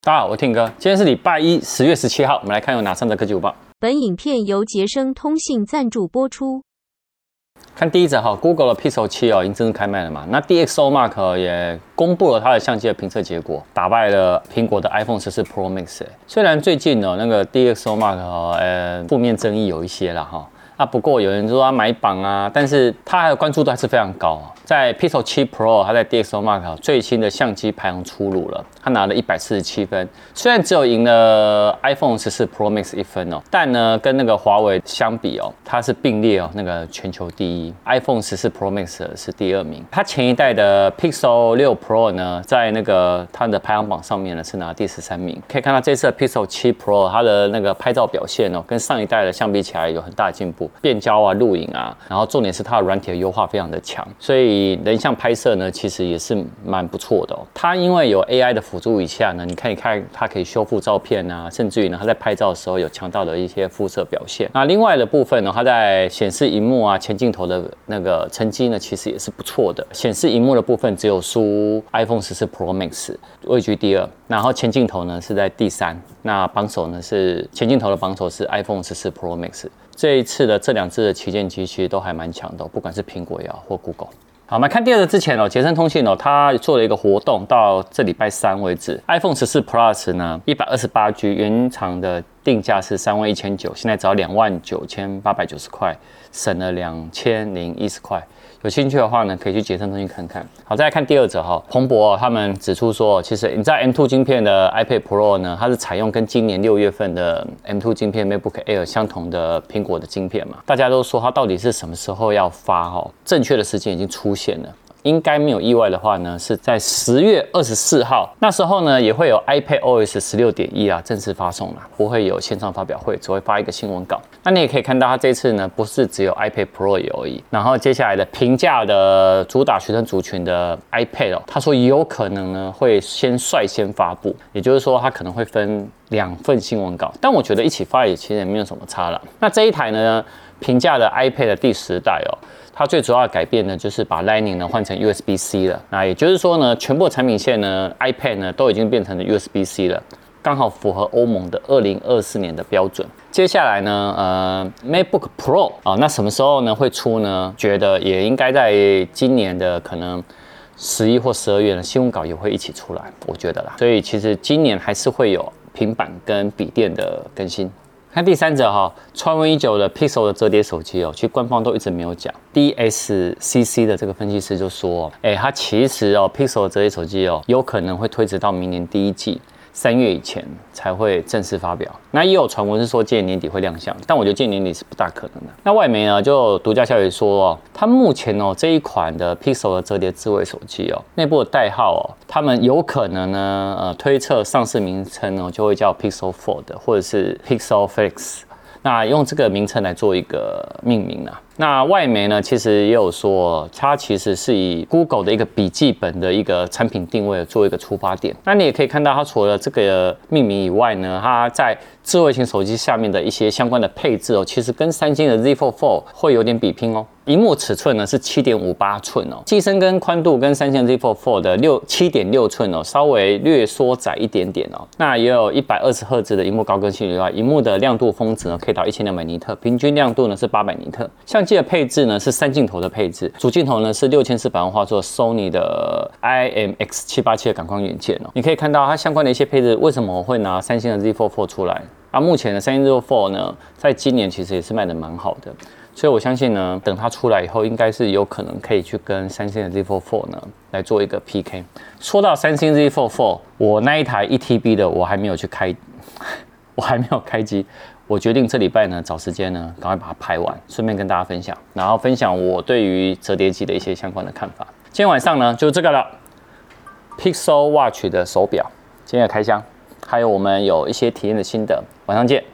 大家好，我Tim哥，今天是礼拜一，10月17号，我们来看有哪3则科技午报。 本影片由杰生通信赞助播出。 看第一则哈 ，Google 的 Pixel 7已经正式开卖了嘛？那 DxOMark 也公布了它的相机的评测结果，打败了苹果的 iPhone 14 Pro Max。虽然最近那个 DxOMark 负面争议有一些啦哈。不过有人说他买榜啊，但是他的关注度还是非常高。在 Pixel 7 Pro， 它在 DxOMark 最新的相机排行出炉了，他拿了147分，虽然只有赢了 iPhone 14 Pro Max 1分但呢，跟那个华为相比它是并列那个全球第一 ，iPhone 14 Pro Max 是第2名。它前一代的 Pixel 6 Pro 呢，在那个它的排行榜上面呢是拿第13名。可以看到这次的 Pixel 7 Pro， 它的那个拍照表现跟上一代的相比起来有很大的进步。变焦啊、录影啊，然后重点是它的软体的优化非常的强，所以人像拍摄呢，其实也是蛮不错的它因为有 AI 的辅助以下呢，你可以看它可以修复照片啊，甚至于呢，它在拍照的时候有强大的一些肤色表现。那另外的部分呢，它在显示萤幕啊、前镜头的那个成绩呢，其实也是不错的。显示萤幕的部分只有输 iPhone 14 Pro Max 位居第2，然后前镜头呢是在第3，那榜首呢是前镜头的榜首是 iPhone 14 Pro Max。这一次的这2支的旗舰机其实都还蛮强的不管是苹果也好或 Google。好，我们看第2则之前杰生通信它做了一个活动，到这礼拜3为止 ，iPhone 14 Plus 呢128G 原厂的定价是31900，现在只要29890块，省了2010块。有兴趣的话呢，可以去杰生通信看看。好，再来看第2则彭博他们指出说，其实你在 M2 晶片的 iPad Pro 呢，它是采用跟今年6月份的 M2 晶片 MacBook Air 相同的苹果的晶片嘛。大家都说它到底是什么时候要发正确的时间已经出现了。应该没有意外的话呢，是在10月24号，那时候呢也会有 iPadOS 16.1正式发送了，不会有线上发表会，只会发一个新闻稿。那你也可以看到，它这次呢不是只有 iPad Pro 有而已，然后接下来的平价的主打学生族群的 iPad 他说有可能呢会率先发布，也就是说它可能会分2份新闻稿，但我觉得一起发也其实也没有什么差了。那这一台呢平价的 iPad 的第10代它最主要的改变呢，就是把 Lightning 呢换成 USB-C 了。那也就是说呢，全部产品线呢 iPad 呢都已经变成了 USB-C 了，刚好符合欧盟的2024年的标准。接下来呢，MacBook Pro 那什么时候呢会出呢？觉得也应该在今年的可能11或12月呢，新闻稿也会一起出来，我觉得啦。所以其实今年还是会有平板跟笔电的更新。看第3则传闻已久的 Pixel 的折叠手机其实官方都一直没有讲。DSCC 的这个分析师就说，它其实Pixel 的折叠手机有可能会推迟到明年第1季3月以前才会正式发表。那也有传闻是说今年年底会亮相，但我觉得今年年底是不大可能的。那外媒呢就独家消息说，它目前这一款的 Pixel 的折叠智慧手机内部的代号他们有可能呢推测上市名称就会叫 Pixel Fold 或者是 Pixel Flex。那用这个名称来做一个命名啊。那外媒呢，其实也有说，它其实是以 Google 的一个笔记本的一个产品定位做一个出发点。那你也可以看到，它除了这个命名以外呢，它在智慧型手机下面的一些相关的配置其实跟三星的 Z Fold 4会有点比拼萤幕尺寸呢是7.58寸机身跟宽度跟三星的 Z Fold 4的7.6寸稍微略缩窄一点点那也有120赫兹的萤幕高更新以外，萤幕的亮度峰值呢可以到1200尼特，平均亮度呢是800尼特。相机的配置呢是3镜头的配置，主镜头呢是6400万画素 Sony 的 IMX787的感光元件你可以看到它相关的一些配置，为什么我会拿三星的 Z Fold 4出来？目前的三星 Z Fold 4呢，在今年其实也是卖得蛮好的。所以我相信呢，等它出来以后，应该是有可能可以去跟三星的 Z Fold 4呢来做一个 PK。说到三星 Z Fold 4，我那一台 1TB 的我还没有去开，我还没有开机。我决定这礼拜呢找时间呢，赶快把它拍完，顺便跟大家分享，然后分享我对于折叠机的一些相关的看法。今天晚上呢，就是这个了 ，Pixel Watch 的手表，今天的开箱，还有我们有一些体验的心得，晚上见。